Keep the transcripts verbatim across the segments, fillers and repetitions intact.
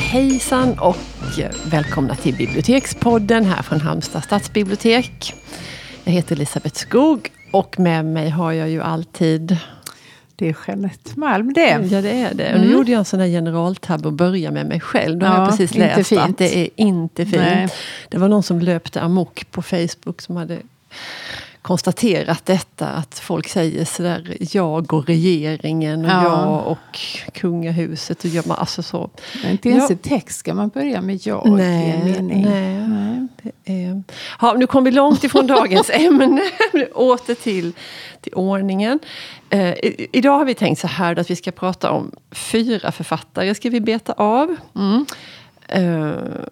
Hejsan och välkomna till Bibliotekspodden här från Halmstad stadsbibliotek. Jag heter Elisabeth Skog och med mig har jag ju alltid... Det är Jeanette Malm det. Ja, det är det. Och nu mm. gjorde jag en sån här generaltabb och börja med mig själv. Då ja, har jag precis läst fint. att det är inte fint. Nej. Det var någon som löpte amok på Facebook som hade konstaterat detta. Att folk säger sådär, jag och regeringen och ja. jag och kungahuset. Och jag, alltså så. Inte ens i text ska man börja med jag nej, i en mening. Nej, nej. Det är... ja, nu kom vi långt ifrån dagens ämne. Åter till, till ordningen. Eh, idag har vi tänkt så här att vi ska prata om fyra författare. Ska vi beta av. Mm. Eh,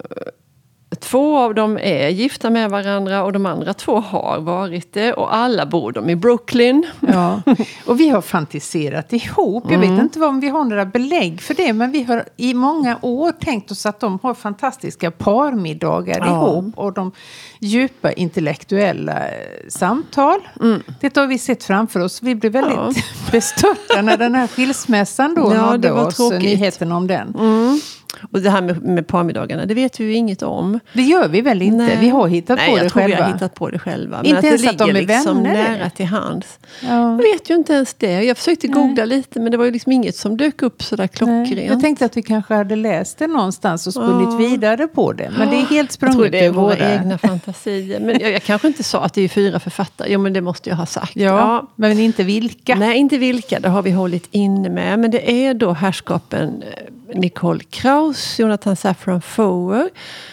Två av dem är gifta med varandra och de andra två har varit det. Och alla bor de i Brooklyn. Ja, och vi har fantiserat ihop. Jag Mm. vet inte om vi har några belägg för det. Men vi har i många år tänkt oss att de har fantastiska parmiddagar ja. ihop. Och de djupa intellektuella samtal. Mm. Det har vi sett framför oss. Vi blev väldigt ja. bestörta när den här skilsmässan då ja, nådde det var oss. Tråkigt. Nyheten om den. Mm. Och det här med, med parmiddagarna, det vet vi ju inget om. Det gör vi väl inte? Nej. Vi har hittat Nej, på det jag tror själva. vi har hittat på det själva. Men inte att ens det att de ligger är liksom vänner, nära det. till hands. Ja. Jag vet ju inte ens det. Jag försökte Nej. googla lite, men det var ju liksom inget som dök upp sådär klockrent. Nej. Jag tänkte att vi kanske hade läst det någonstans och spunnit ja. vidare på det. Men det är helt sprunget. Jag tror det är våra våra egna fantasier. Men jag, jag kanske inte sa att det är fyra författare. Jo, men det måste jag ha sagt. Ja, ja. men inte vilka. Nej, inte vilka. Det har vi hållit inne med. Men det är då herrskapen Nicole Krauss, Jonathan Safran Foer.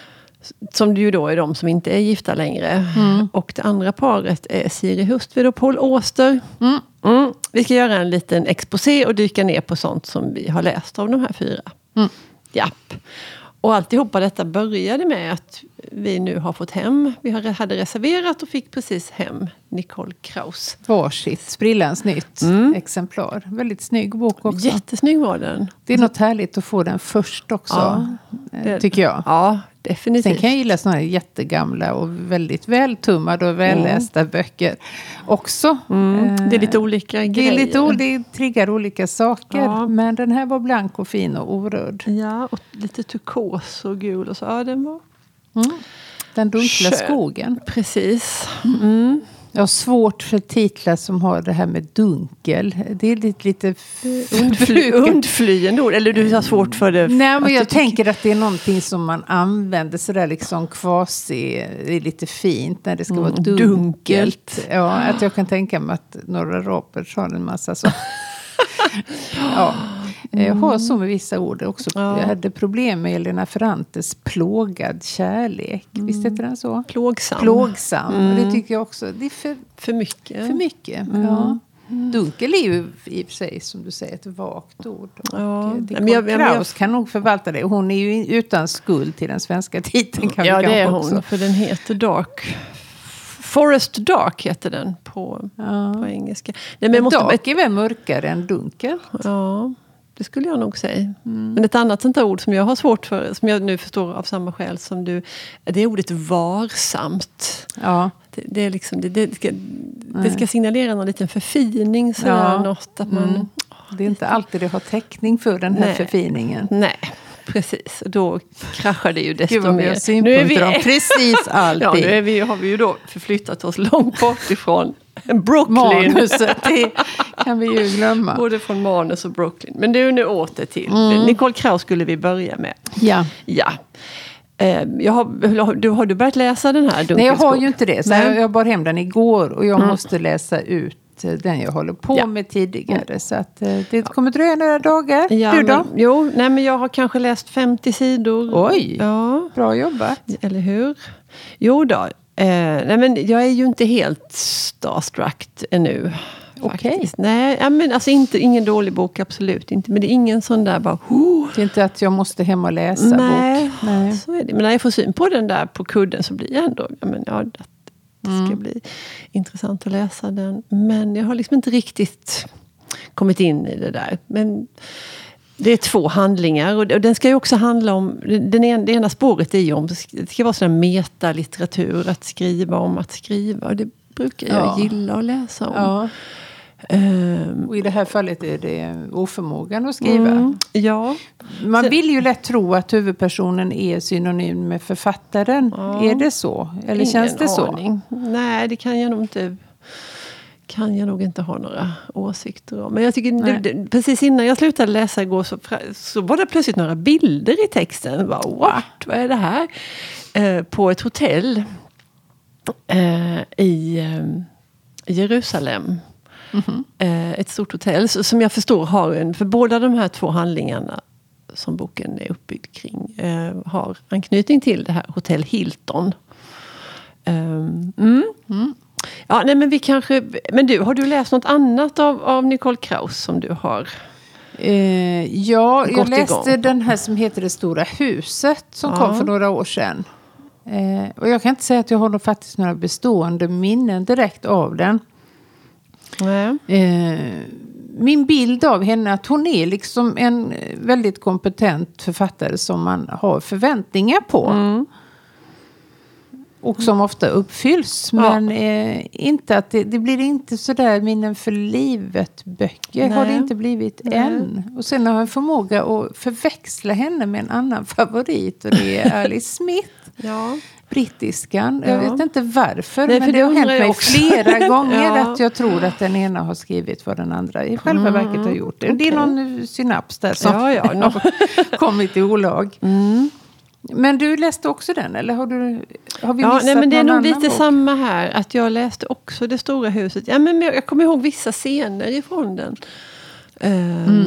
Som ju då är de som inte är gifta längre. Mm. Och det andra paret är Siri Hustved och Paul Auster. Mm. Mm. Vi ska göra en liten exposé och dyka ner på sånt som vi har läst av de här fyra. Mm. Japp. Och alltihopa detta började med att vi nu har fått hem. Vi hade reserverat och fick precis hem Nicole Krauss. Varsitt, sprillans nytt Mm. exemplar. Väldigt snygg bok också. Jättesnygg var den. Det är något härligt att få den först också, Ja, det, tycker jag. Ja, definitivt. Sen kan jag gilla sådana här jättegamla och väldigt vältummade och vällästa mm. böcker också. Mm. Det är lite olika det grejer. Är lite o- det triggar olika saker. Ja. Men den här var blank och fin och orörd. Ja, och lite turkos och gul och så. Ja, den var... Mm. Den dunkla Skön. skogen. Precis. Mm. Jag har svårt för titlar som har det här med dunkel. Det är lite... lite Undfly, undflyende ord. Eller du har svårt för det. Nej, men jag tycker... tänker att det är någonting som man använder sådär liksom kvasi. Det är lite fint när det ska mm, vara dunkelt. dunkelt. Ja, att jag kan tänka mig att några Roberts har en massa så. Ja. Jag har så med vissa ord också. Ja. Jag hade problem med Elena Ferrantes plågad kärlek. Mm. Visst heter den så? Plågsam. Plågsam. Mm. Det tycker jag också. Det är för, för mycket. För mycket, mm. ja. Dunkel är ju i och för sig, som du säger, ett vagt ord. Ja. Men jag, Krauss jag... kan nog förvalta det. Hon är ju utan skuld till den svenska titeln. Kan ja, vi det är hon. också. För den heter Dark... Forest Dark heter den på, ja. på engelska. Nej, men måste... Dark är väl mörkare än dunkel? Ja, det skulle jag nog säga. Mm. Men ett annat sånt där ord som jag har svårt för, som jag nu förstår av samma skäl som du, det är ordet varsamt. Ja. Det, det är liksom, det, det, ska, det ska signalera någon liten förfining. Sådär, ja. Något att man, mm. Det är inte alltid det har täckning för den här Nej. förfiningen. Nej. Precis, då kraschar det ju desto Gud, mer. Nu är vi om precis allting. Ja, nu är vi, har vi ju då förflyttat oss långt bort ifrån Brooklyn. Manuset, det kan vi ju glömma. Både från manus och Brooklyn. Men det är nu åter till. Mm. Nicole Krauss skulle vi börja med. Ja. Ja. Jag har, du, har du börjat läsa den här? Nej, jag har ju inte det. Så Nej. jag, jag bar hem den igår och jag mm. måste läsa ut den jag håller på ja. med tidigare. Mm. Så att det kommer dröja några dagar. Ja, du då? Men, jo, nej, men jag har kanske läst femtio sidor. Oj, ja. Bra jobbat. Eller hur? Jo då. Eh, nej, men jag är ju inte helt starstruck ännu. Okej. Okay. Nej, ja, men alltså inte, ingen dålig bok, absolut inte. Men det är ingen sån där bara... Oh. Det är inte att jag måste hem och läsa nej, bok. Nej, så är det. Men när jag får syn på den där på kudden så blir jag ändå... Ja, men, ja, det ska mm. bli intressant att läsa den. Men jag har liksom inte riktigt kommit in i det där. Men... Det är två handlingar och den ska ju också handla om, den ena, det ena spåret är ju om, det ska vara sån här metalitteratur, att skriva om att skriva, och det brukar jag ja. gilla att läsa om. Ja. Um, och i det här fallet är det oförmågan att skriva. Mm, ja. Man vill ju lätt tro att huvudpersonen är synonym med författaren. Ja. Är det så? Eller ingen känns det aning. Så? Nej, det kan jag nog inte... kan jag nog inte ha några åsikter om. Men jag tycker, det, det, precis innan jag slutade läsa igår så, så var det plötsligt några bilder i texten. Bara, what? Vad är det här? Eh, på ett hotell eh, i eh, Jerusalem. Mm-hmm. Eh, ett stort hotell som jag förstår har en, för båda de här två handlingarna som boken är uppbyggd kring eh, har anknytning till det här Hotell Hilton. Eh, mm. Mm. Ja, nej, men vi kanske... Men du, har du läst något annat av, av Nicole Kraus som du har eh, Ja, jag läste igång. Den här som heter Det stora huset som ja. kom för några år sedan. Eh, och jag kan inte säga att jag har faktiskt några bestående minnen direkt av den. Nej. Eh, min bild av henne är att hon är liksom en väldigt kompetent författare som man har förväntningar på. Mm. Och som ofta uppfylls. Men ja. eh, inte att det, det blir inte sådär minnen för livet böcker. Nej. Har det inte blivit Nej. än. Och sen har jag förmåga att förväxla henne med en annan favorit. Och det är Alice Smith. Ja. Brittiskan. Jag ja. vet inte varför. Nej, men för det har hänt mig också. flera gånger ja. att jag tror att den ena har skrivit vad den andra i själva mm. verket har gjort. Okay. Det är någon synaps där som ja, ja, no. har kommit i olag. Mm. Men du läste också den, eller har du har vi ja, missat nej, men det är nog lite bok? samma här, att jag läste också Det stora huset. Ja, men jag, jag kommer ihåg vissa scener ifrån den. Um, mm.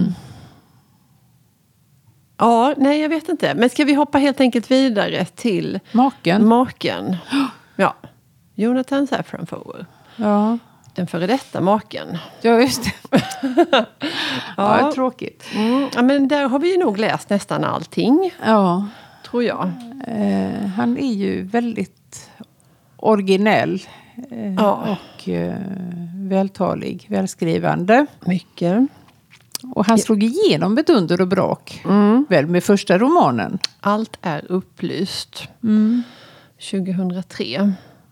Ja, nej jag vet inte. Men ska vi hoppa helt enkelt vidare till Maken? Maken. Ja, Jonathan Safran Foer. Ja. Den före detta maken. Ja, just det. ja, ja, tråkigt. Mm. Ja, men där har vi ju nog läst nästan allting. Ja. Tror jag. Eh, han är ju väldigt originell eh, ja. och eh, vältalig, välskrivande. Mycket. Och han slog igenom med dunder och brak. Mm. Väl med första romanen. Allt är upplyst. Mm. tjugohundratre.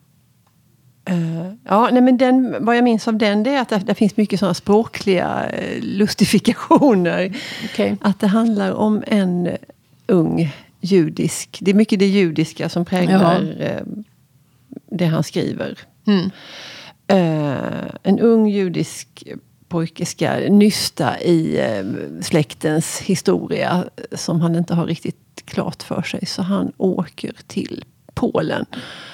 Uh, ja, nej, men den, vad jag minns av den det är att det, det finns mycket sådana språkliga uh, lustifikationer. Okay. Att det handlar om en ung judisk, det är mycket det judiska som präglar uh, det han skriver. Mm. Uh, en ung judisk pojke ska nysta i uh, släktens historia som han inte har riktigt klart för sig. Så han åker till Polen.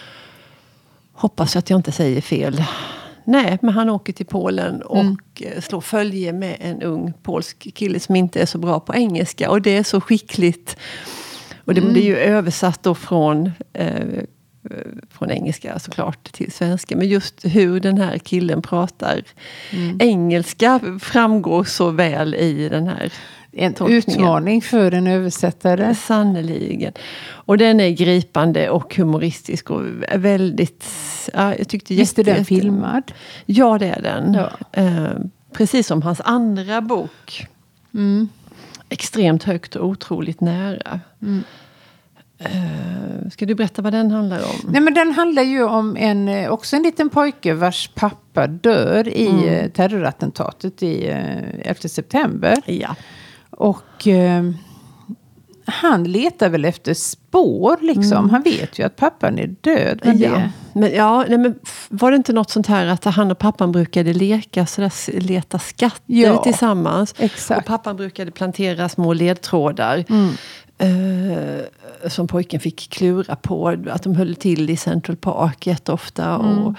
Hoppas att jag inte säger fel. Nej, men han åker till Polen och mm. slår följe med en ung polsk kille som inte är så bra på engelska. Och det är så skickligt. Och det, mm. det är ju översatt då från, eh, från engelska såklart till svenska. Men just hur den här killen pratar mm. engelska framgår så väl i den här en tolkningen. Utmaning för en översättare. Sannoliken. Och den är gripande och humoristisk och väldigt... Ja, jag tyckte Visst är den filmad? Ja, det är den. Ja. Eh, precis som hans andra bok. Mm. Extremt högt och otroligt nära. Mm. Eh, ska du berätta vad den handlar om? Nej, men den handlar ju om en, också en liten pojke vars pappa dör i mm. terrorattentatet i elfte september. Ja. Och eh, han letar väl efter spår liksom. Mm. Han vet ju att pappan är död. Men ja. det... Men, ja, nej, men var det inte något sånt här att han och pappan brukade leka så där, leta skatter ja, tillsammans. Exakt. Och pappan brukade plantera små ledtrådar. Mm. Eh, som pojken fick klura på. Att de höll till i Central Park jätteofta. Mm. Och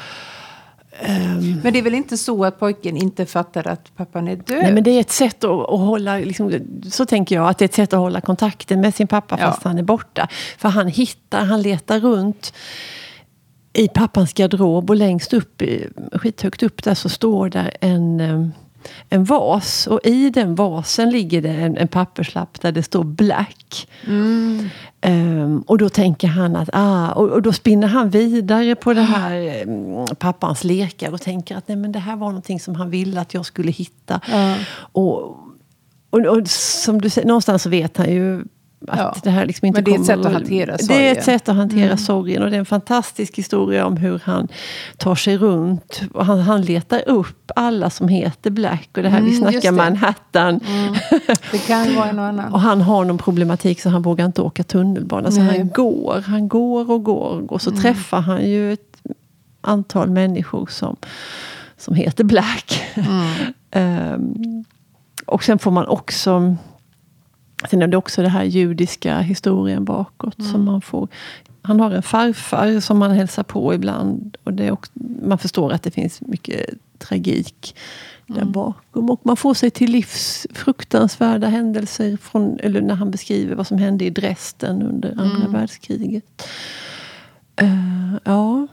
Um, men det är väl inte så att pojken inte fattar att pappan är död? Nej, men det är ett sätt att, att hålla, liksom, så tänker jag, att det är ett sätt att hålla kontakten med sin pappa ja. fast han är borta. För han hittar, han letar runt i pappans garderob och längst upp, skithögt upp där så står där en, en vas. Och i den vasen ligger det en, en papperslapp där det står Black. Mm. Um, och då tänker han att, ah, och, och då spinner han vidare på det här um, pappans lekar och tänker att nej, men det här var någonting som han ville att jag skulle hitta. Mm. Och, och, och som du säger, någonstans så vet han ju att ja. det här liksom inte Men det är ett kommer, sätt att hantera sorgen. Det är ett sätt att hantera mm. sorgen. Och det är en fantastisk historia om hur han tar sig runt. Och han, han letar upp alla som heter Black. Och det här mm, vi snackar Manhattan. Mm. Det kan vara en och annan. Och han har någon problematik så han vågar inte åka tunnelbana. Så Nej. han går, han går och går. Och så mm. träffar han ju ett antal människor som, som heter Black. Mm. um, och sen får man också... Sen är det också det här judiska historien bakåt. Mm. Som man får... Han har en farfar som man hälsar på ibland. Och det är också, man förstår att det finns mycket tragik mm. där bakom. Och man får sig till livs fruktansvärda händelser. Från, eller när han beskriver vad som hände i Dresden under andra mm. världskriget. Uh, ja...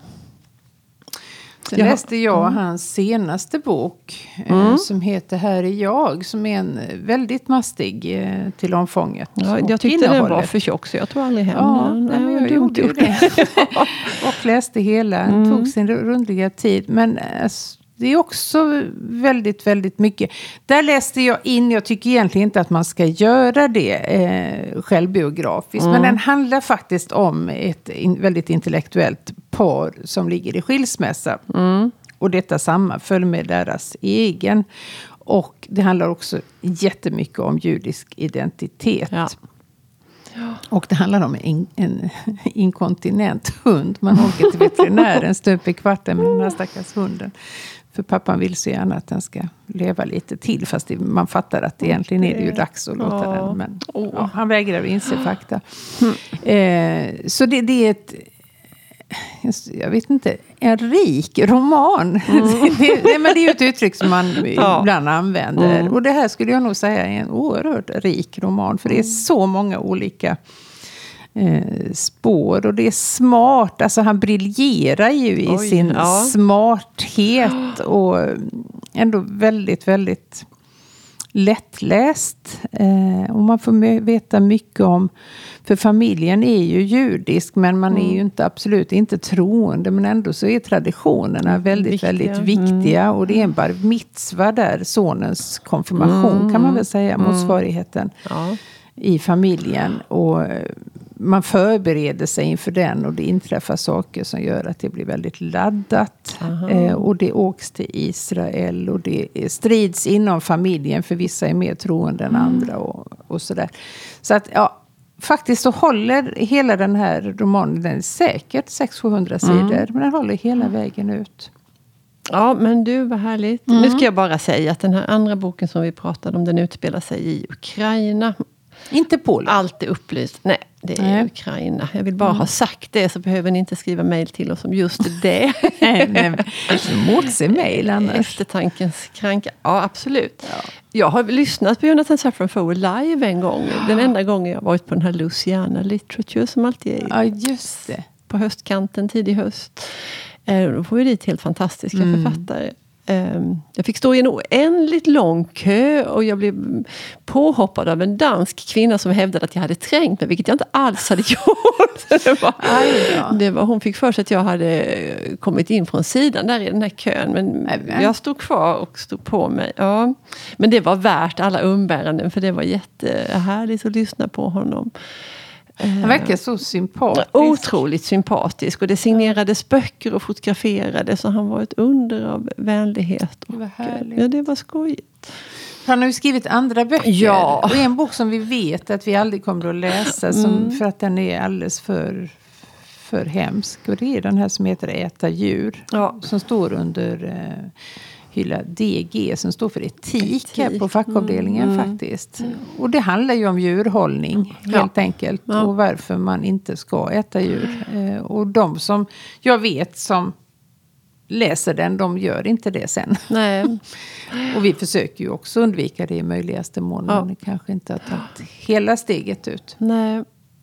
Sen läste jag mm. hans senaste bok mm. eh, som heter Här är jag, som är en väldigt mastig eh, till omfånget. Ja, jag tyckte den var för tjock så jag tog aldrig hem ja, den. Nej, men jag gjorde ju det. Och läste hela, mm. tog sin rundliga tid. Men eh, det är också väldigt, väldigt mycket. Där läste jag in, jag tycker egentligen inte att man ska göra det eh, självbiografiskt. Mm. Men den handlar faktiskt om ett in, väldigt intellektuellt par som ligger i skilsmässa. Mm. Och detta sammanföll med deras egen. Och det handlar också jättemycket om judisk identitet. Ja. Och det handlar om en, en inkontinent hund. Man åker till veterinären stup i kvarten med den här stackars hunden. För pappan vill så gärna att den ska leva lite till. Fast det, man fattar att det egentligen är det ju dags att låta ja. den. Men ja, han vägrar att inse fakta. Mm. Eh, så det, det är ett... Jag vet inte, en rik roman. Mm. det, det, men det är ju ett uttryck som man ja. ibland använder. Mm. Och det här skulle jag nog säga är en oerhört rik roman. För det är så många olika eh, spår. Och det är smart. Alltså han briljerar ju i Oj, sin ja. smarthet. Och ändå väldigt, väldigt lättläst. Eh, och man får veta mycket om... För familjen är ju judisk, men man mm. är ju inte absolut inte troende. Men ändå så är traditionerna väldigt, viktiga. väldigt viktiga. Mm. Och det är en bar mitzva där, sonens konfirmation mm. kan man väl säga, mm. motsvarigheten ja. i familjen. Och man förbereder sig inför den och det inträffar saker som gör att det blir väldigt laddat. Eh, och det åks till Israel och det strids inom familjen, för vissa är mer troende än mm. andra och, och sådär. Så att, ja, faktiskt så håller hela den här romanen, den är säkert sex till sjuhundra sidor, mm. men den håller hela vägen ut. Ja, men du, vad härligt. Mm. Nu ska jag bara säga att den här andra boken som vi pratade om, den utspelar sig i Ukraina. Inte Polen. Allt är upplyst. Nej, det är nej. Ukraina. Jag vill bara mm. ha sagt det, så behöver ni inte skriva mejl till oss om just det. nej, nej. Motse mejl annars. Eftertankens kranka. Ja, absolut. Ja. Jag har lyssnat på Jonathan Safran Foer live en gång. Den enda gången jag varit på den här Louisiana Literature som alltid är ja, just det. På höstkanten, tidig höst. Då får vi dit helt fantastiska mm. författare. Jag fick stå i en oändligt lång kö och jag blev påhoppad av en dansk kvinna som hävdade att jag hade trängt mig, vilket jag inte alls hade gjort. Det var, det var, hon fick för sig att jag hade kommit in från sidan där i den här kön, men Även. jag stod kvar och stod på mig. Ja. Men det var värt alla umbäranden, för det var jättehärligt att lyssna på honom. Han verkar så sympatisk. Otroligt sympatisk. Och det signerades böcker och fotograferades. Så han var ett under av vänlighet. Och, det ja, det var skojigt. Han har ju skrivit andra böcker. Ja. Och en bok som vi vet att vi aldrig kommer att läsa. Som, mm. För att den är alldeles för, för hemsk. Och det är den här som heter Äta djur. Ja. Som står under... Eh, hylla D G som står för etik, etik. Här på fackavdelningen mm. faktiskt. Mm. Och det handlar ju om djurhållning helt ja. enkelt. Ja. Och varför man inte ska äta djur. Eh, och de som jag vet som läser den, de gör inte det sen. Nej. Och vi försöker ju också undvika det i möjligaste mån. Ja. Men kanske inte har tagit hela steget ut. Nej.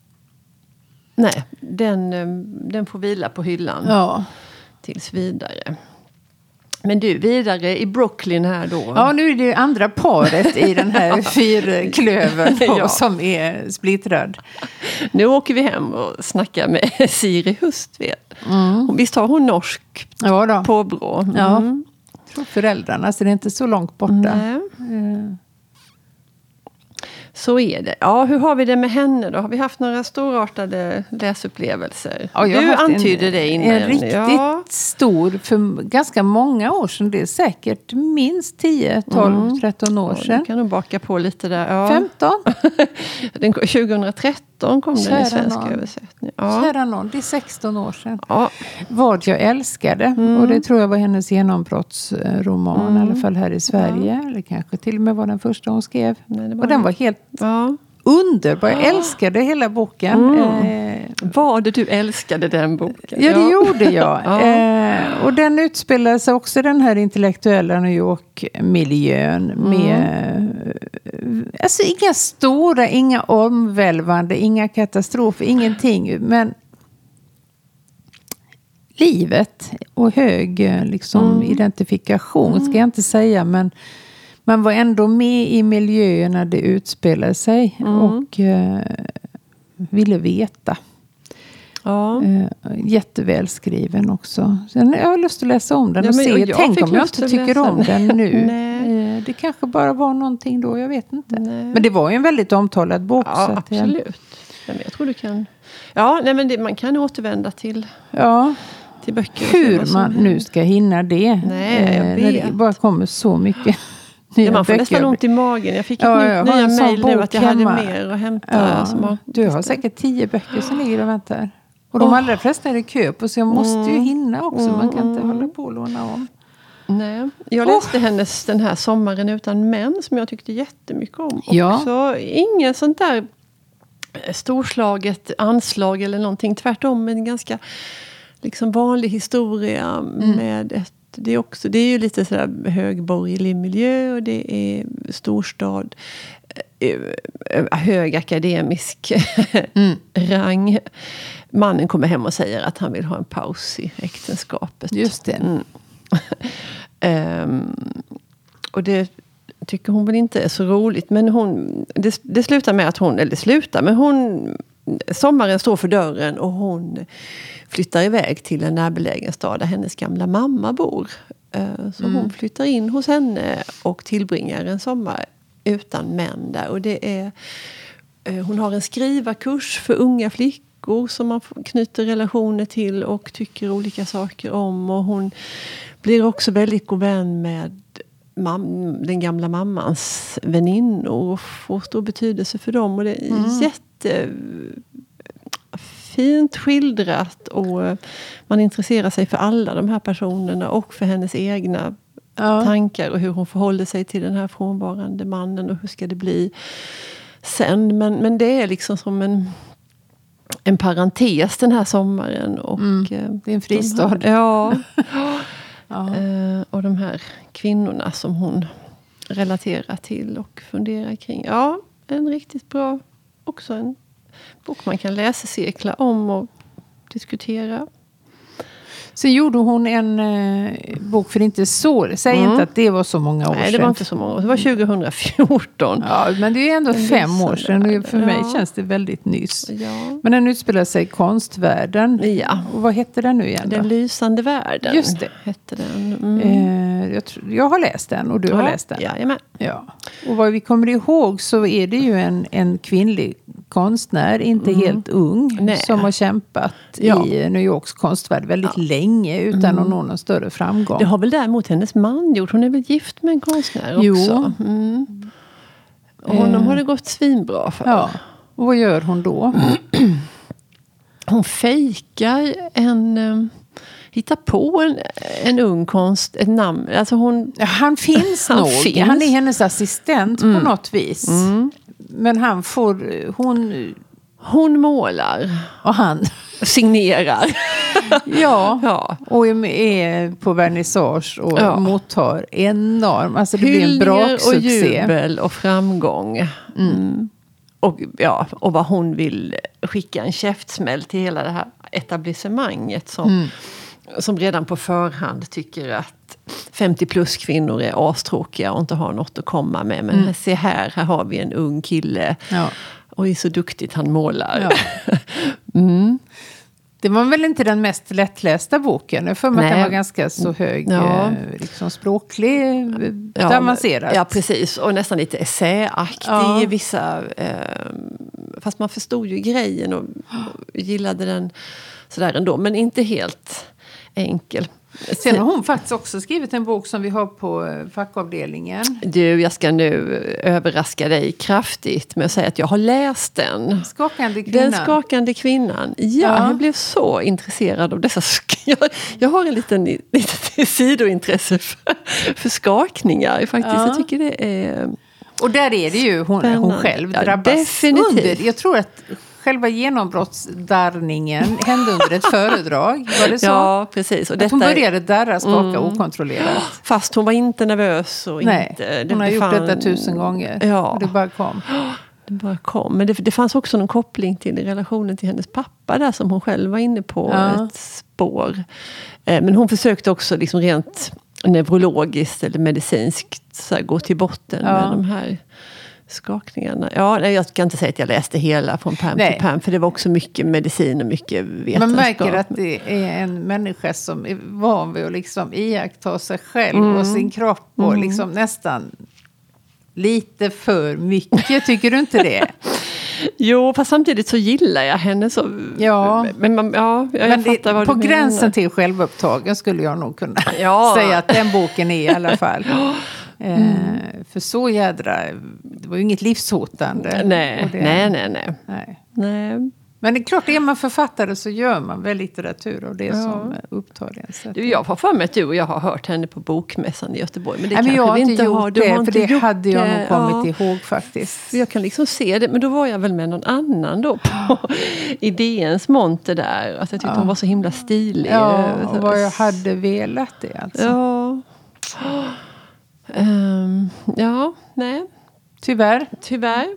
Nej, den, den får vila på hyllan. Ja. Tills vidare. Men du, vidare i Brooklyn här då. Ja, nu är det andra paret i den här fyrklövern ja. som är splittrad. Nu åker vi hem och snackar med Siri Hustved. Mm. Visst har hon norsk ja, då. påbrå? Mm. Ja, jag tror föräldrarna, så det är inte så långt borta. Nej. Mm. Så är det. Ja, hur har vi det med henne då? Har vi haft några storartade läsupplevelser? Ja, jag du har antyder en, det innan. En riktigt ja. stor, för ganska många år sedan. Det är säkert minst tio, tolv, mm. tretton år sedan. Ja, du kan nog baka på lite där. Ja. femton Den, tjugohundratretton kom Kära den i svensk någon. översättning. Ja. Kära någon, det är sexton år sedan. Ja. Vad jag älskade. Mm. Och det tror jag var hennes genombrottsroman. Mm. I alla fall här i Sverige. Ja. Eller kanske till och med var den första hon skrev. Nej, och den var helt ja. underbar. Jag älskade hela boken. Mm. Eh, Vad det du älskade den boken? Ja, det ja. gjorde jag. ja. eh, och den utspelar sig också den här intellektuella New York-miljön. Mm. Med alltså inga stora, inga omvälvande, inga katastrofer, ingenting. Men livet och hög liksom, mm. identifikation ska jag inte säga, men man var ändå med i miljön när det utspelade sig mm. och eh, ville veta. Ja. Eh, jättevälskriven också. Sen jag har lust att läsa om den ja, och se. Och tänk om jag inte tycker om den nu. eh, det kanske bara var någonting då, jag vet inte. Nej. Men det var ju en väldigt omtalad bok. Ja, så att, absolut. Ja, men jag tror du kan... Ja, nej, men det, man kan återvända till... Ja. Till böcker. Hur man nu ska hinna det. Nej, jag vet. När det bara kommer så mycket nya ja, man får böcker. nästan ont i magen. Jag fick ett ja, nytt, jag nya mejl nu att jag hemma. hade mer att hämta. Ja, som du har säkert tio böcker som ligger och väntar. Och de oh. allra flesta är i kö på, så jag måste mm. ju hinna också. Mm. Man kan inte hålla på och låna om. Nej. Jag läste oh. hennes den här Sommaren utan män som jag tyckte jättemycket om. Ja. Också ingen sånt där storslaget anslag eller någonting. Tvärtom en ganska liksom vanlig historia mm. med ett, det är också, det är ju lite sådär högborgerlig miljö och det är storstad, hög akademisk mm. rang. Mannen kommer hem och säger att han vill ha en paus i äktenskapet. Just det. Mm. um, och det tycker hon väl inte är så roligt, men hon, det, det slutar med att hon, eller det slutar, men hon, sommaren står för dörren och hon flyttar iväg till en närbelägen stad där hennes gamla mamma bor. Så mm. hon flyttar in hos henne och tillbringar en sommar utan män där. Och det är, hon har en skrivarkurs för unga flickor som man knyter relationer till och tycker olika saker om. Och hon blir också väldigt god vän med mam- den gamla mammans väninnor och får stor betydelse för dem. Och det är mm. jätte... fint skildrat och man intresserar sig för alla de här personerna och för hennes egna ja. tankar och hur hon förhåller sig till den här frånvarande mannen och hur ska det bli sen. Men, men det är liksom som en, en parentes den här sommaren. Och, mm, det är en fristad. De här, ja. ja. Och de här kvinnorna som hon relaterar till och funderar kring. Ja, en riktigt bra, också en bok man kan läsa cirkla om och diskutera. Sen gjorde hon en eh, bok för inte så. Säg mm. inte att det var så många år sedan. Nej, det var inte så många år. Det var tjugohundrafjorton. Ja, men det är ändå en fem år sedan. För mig ja. känns det väldigt nyss. Ja. Men den utspelar sig i konstvärlden. Ja. Och vad hette den nu igen då? Den lysande världen. Just det. Hette den. Mm. Eh, jag, tror, jag har läst den och du ja. har läst den. Jajamän. Ja. Och vad vi kommer ihåg så är det ju en, en kvinnlig konstnär, inte mm. helt ung, Nej. som har kämpat ja. i New Yorks konstvärld väldigt ja. länge utan mm. att nå någon större framgång. Det har väl däremot hennes man gjort. Hon är väl gift med en konstnär också. Jo. Mm. Och honom eh. har det gått svinbra för. Ja. Och vad gör hon då? Hon fejkar en... Um, hittar på en, en ung konst, ett namn. Alltså hon, ja, han finns han nog. Finns. Han är hennes assistent mm. på något vis. Mm. Men han får... Hon... Hon målar. Och han signerar. ja. ja. Och är på vernissage och ja. mottar enorm. Alltså det Hyllningar blir en braksuccé. Och jubel och framgång. Mm. Mm. Och, ja, och vad hon vill skicka en käftsmäll till hela det här etablissemanget som... Mm. som redan på förhand tycker att femtio plus kvinnor är astråkiga och inte har något att komma med. Men mm. se här, här har vi en ung kille. Ja. Och det är så duktigt han målar. Ja. mm. Det var väl inte den mest lättlästa boken. För mig att den var ganska så hög, ja. liksom språklig, ja, avancerad. Ja, precis. Och nästan lite essäaktig ja. i vissa... Eh, fast man förstod ju grejen och, och gillade den sådär ändå. Men inte helt enkel. Sen har hon faktiskt också skrivit en bok som vi har på fackavdelningen. Du, jag ska nu överraska dig kraftigt med att säga att jag har läst den. Skakande kvinnan. Den skakande kvinnan. Ja, ja. Jag blev så intresserad av dessa... Jag, jag har en liten, liten sidointresse för, för skakningar faktiskt. Ja. Jag tycker det är... Och där är det ju hon, hon själv drabbas ja, definitivt. under. Jag tror att själva genombrottsdarrningen hände under ett föredrag. Var det så? Ja, precis. Och att detta... hon började darra, skaka mm. okontrollerat. Fast hon var inte nervös. Och Nej, inte, hon har gjort fan... detta tusen gånger. Ja. Och det bara kom. Det bara kom. Men det, det fanns också någon koppling till relationen till hennes pappa där som hon själv var inne på. Ja. Ett spår. Men hon försökte också liksom rent neurologiskt eller medicinskt så här, gå till botten ja. med de här skakningarna. Ja, jag kan inte säga att jag läste hela från pärm till pärm, för det var också mycket medicin och mycket vetenskap. Man märker att det är en människa som är van vid att liksom iaktta sig själv mm. och sin kropp och mm. liksom nästan lite för mycket, tycker du inte det? Jo, fast samtidigt så gillar jag henne så... Ja, men, man, ja, jag men fattar det, vad på du gränsen menar. Till självupptagen skulle jag nog kunna ja. säga att den boken är i alla fall. Mm. Eh, för så jädra... Det var ju inget livshotande. Nej, det, nej, nej, nej, nej. nej. Men det är klart, är man författare så gör man väl litteratur och det ja. som upptar det. Du, jag har för mig att du och jag har hört henne på bokmässan i Göteborg. Men det nej, men jag har inte gjort har, det, har för inte det gjort hade jag nog kommit ja. ihåg faktiskt. Jag kan liksom se det, men då var jag väl med någon annan då på i D N:s monter där. Alltså jag tyckte ja. hon var så himla stilig. Ja, och vad jag hade velat det alltså. Ja, um, ja nej. Tyvärr. Tyvärr.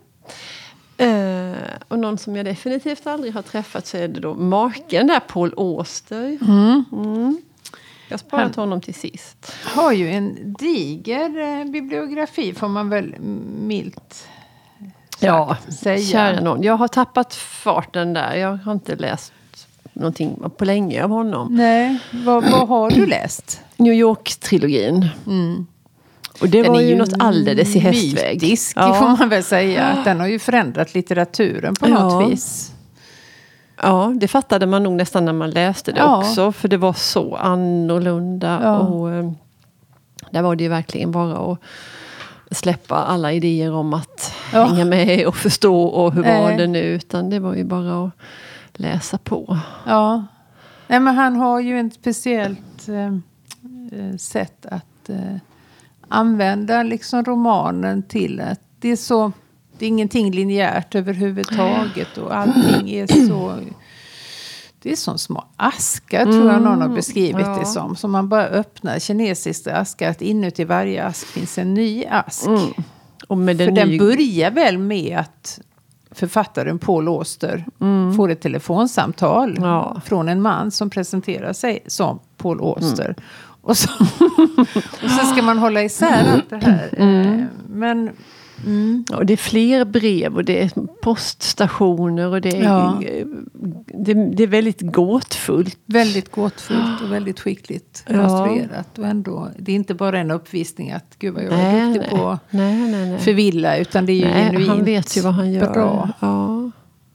Uh, och någon som jag definitivt aldrig har träffat så är det då maken där, Paul Auster. Mm. Mm. Jag har sparat Han honom till sist. Har ju en diger eh, bibliografi får man väl milt ja, säga. Kära någon. Jag har tappat farten där. Jag har inte läst någonting på länge av honom. Nej, vad, vad har du läst? New York-trilogin. Mm. Och det den var ju, ju något alldeles i hästväg. Mytisk, ja. får man väl säga. Den har ju förändrat litteraturen på ja. något vis. Ja, det fattade man nog nästan när man läste det ja. också. För det var så annorlunda. Ja. Och eh, där var det ju verkligen bara att släppa alla idéer om att ja. hänga med och förstå och hur var äh. det nu. Utan det var ju bara att läsa på. Ja, nej, men han har ju ett speciellt eh, sätt att... Eh, använda liksom romanen till att det är så, det är ingenting linjärt överhuvudtaget och allting är så, det är som små askar mm. tror jag någon har beskrivit ja. det som, som man bara öppnar kinesiska askar, att inuti varje ask finns en ny ask. Mm. Och med den För ny... den börjar väl med att författaren Paul Auster mm. får ett telefonsamtal ja. från en man som presenterar sig som Paul Auster. Mm. Och så, och så ska man hålla isär allt det här. Mm. Men, mm. och det är fler brev och det är poststationer och det är, ja. det, det är väldigt gåtfullt. Väldigt gåtfullt och väldigt skickligt ja. konstruerat. Och ändå, det är inte bara en uppvisning att gud vad jag är nej, duktig nej. på nej, nej, nej. förvilla, utan det är ju nej, genuint han vet ju vad han gör. Bra. Ja.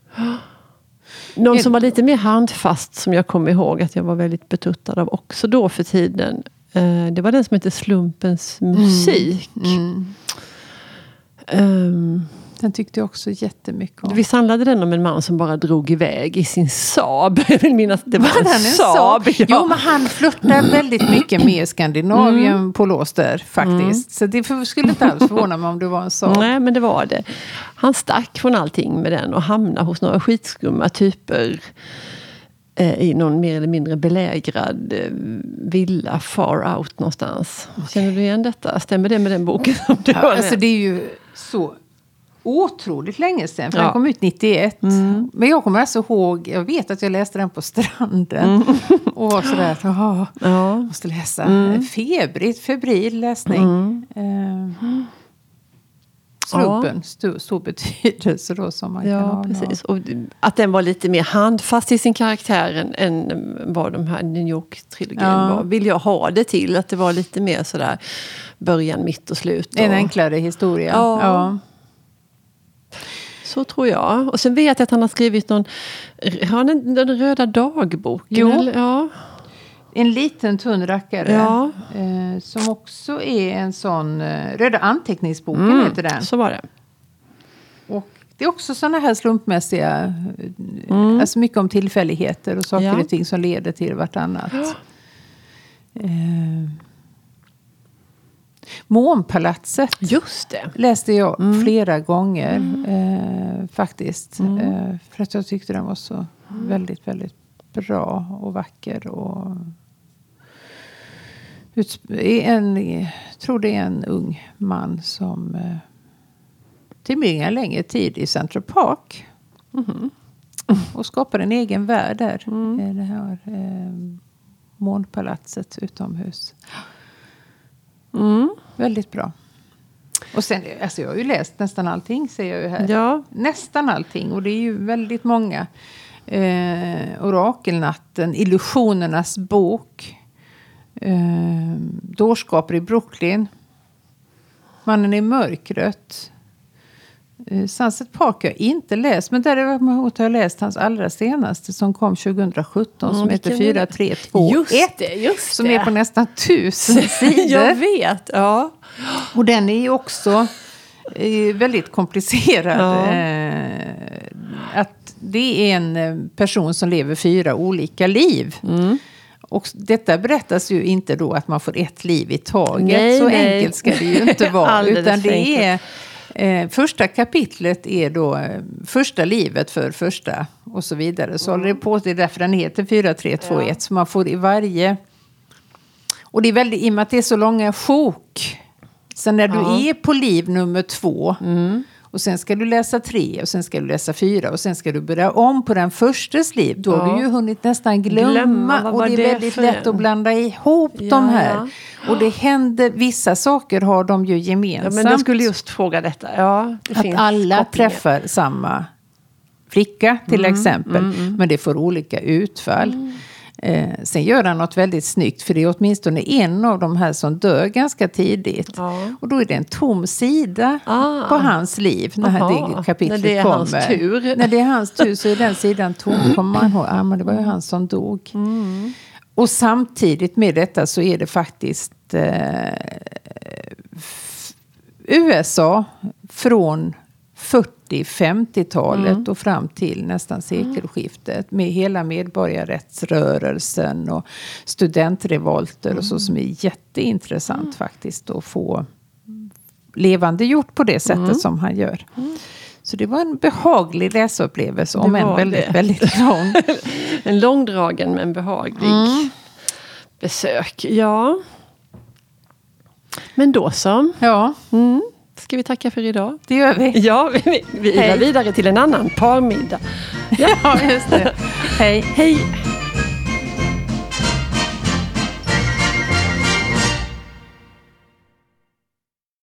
Någon som var lite mer handfast som jag kommer ihåg att jag var väldigt betuttad av också då för tiden. Eh, det var den som heter Slumpens musik. Mm. Mm. Um, den tyckte jag också jättemycket om. Vi handlade den om en man som bara drog iväg i sin Saab. Jag vill minnas att det var, var en, en Saab. Ja. Jo, men han flörtar väldigt mycket med Skandinavien mm. på Låster faktiskt. Mm. Så det skulle inte alls förvåna mig om det var en Saab. Nej, men det var det. Han stack från allting med den och hamnade hos några skitskumma typer eh, i någon mer eller mindre belägrad eh, villa far out någonstans. Okay. Känner du igen detta? Stämmer det med den boken? Som du ja, har alltså det är ju så otroligt länge sedan. För ja. den kom ut nittioett. Mm. Men jag kommer alltså ihåg, jag vet att jag läste den på stranden. Mm. Och var sådär, jaha, ja. måste läsa. Mm. Febrigt, febril läsning. Mm. Uh. slumpen. Ja. Stor, stor betydelse då som man ja, kan ha. Precis. Och att den var lite mer handfast i sin karaktär än, än vad de här New York-trilogin ja. var. Vill jag ha det till. Att det var lite mer sådär början, mitt och slut. Och... En enklare historia. Ja. ja. Så tror jag. Och sen vet jag att han har skrivit någon... Har han den, den röda dagboken? Jo. Eller? Ja. En liten tunn rackare. Ja. Eh, som också är en sån... Eh, röda anteckningsboken mm, heter den. Så var det. Och det är också såna här slumpmässiga... Mm. Alltså mycket om tillfälligheter och saker ja. och ting som leder till vartannat. Ja. Eh, Månpalatset. Just det. Läste jag mm. flera gånger. Mm. Eh, faktiskt. Mm. Eh, för att jag tyckte den var så mm. väldigt, väldigt bra och vacker. Och en, jag tror det är en ung man som eh, tillbringar längre tid i Central Park. Mm. Och skapar en egen värld där. Mm. Det här eh, månpalatset utomhus. Mm. Väldigt bra. Och sen, alltså jag har ju läst nästan allting, ser jag ju här. Ja. Nästan allting. Och det är ju väldigt många. Eh, Orakelnatten, Illusionernas bok. Eh, Dårskaper i Brooklyn. Mannen i mörkret. Eh, Sunset Park har jag inte läst. Men där har jag läst hans allra senaste som kom tjugohundrasjutton. Mm, som heter fyra tre två ett. Just det, just som det. är på nästan tusen sidor. Jag vet, ja. Och den är ju också eh, väldigt komplicerad. Ja. Eh, att det är en person som lever fyra olika liv. Mm. Och detta berättas ju inte då att man får ett liv i taget. Nej, så nej. Enkelt ska det ju inte vara. Utan det är... Eh, första kapitlet är då eh, första livet för första och så vidare. Så mm. håller det på, det är därför den heter fyra tre två ett. Ja. Så man får i varje... Och det är väldigt, i och med att det är så långa sjok. Sen när du ja. är på liv nummer två... Mm. Och sen ska du läsa tre och sen ska du läsa fyra och sen ska du börja om på den förstas liv. Då ja. har du ju hunnit nästan glömma. glömma och det är det väldigt lätt att blanda ihop ja, de här. Ja. Och det händer, vissa saker har de ju gemensamt. Ja, men jag skulle just fråga detta. Ja, det att alla kopplingar. Träffar samma flicka till mm, exempel. Mm, mm. Men det får olika utfall. Mm. Eh, sen gör han något väldigt snyggt. För det är åtminstone en av de här som dör ganska tidigt. Ja. Och då är det en tom sida ah. på hans liv. När det kapitlet när det är kommer. Hans tur. När det är hans tur så är den sidan tom. Kommer man ihåg, ah, men det var ju han som dog. Mm. Och samtidigt med detta så är det faktiskt eh, U S A från fyrtio-femtiotalet mm. och fram till nästan sekelskiftet med hela medborgarrättsrörelsen och studentrevolter mm. och så som är jätteintressant mm. faktiskt att få levande gjort på det sättet mm. som han gör. Mm. Så det var en behaglig läsupplevelse om en väldigt, det. väldigt lång. En långdragen men behaglig mm. besök. Ja. Men då så. Ja. Mm. Ska vi tacka för idag? Det gör vi. Ja, vi, vi går vidare till en annan parmiddag. Ja, ja just det. Hej. Hej.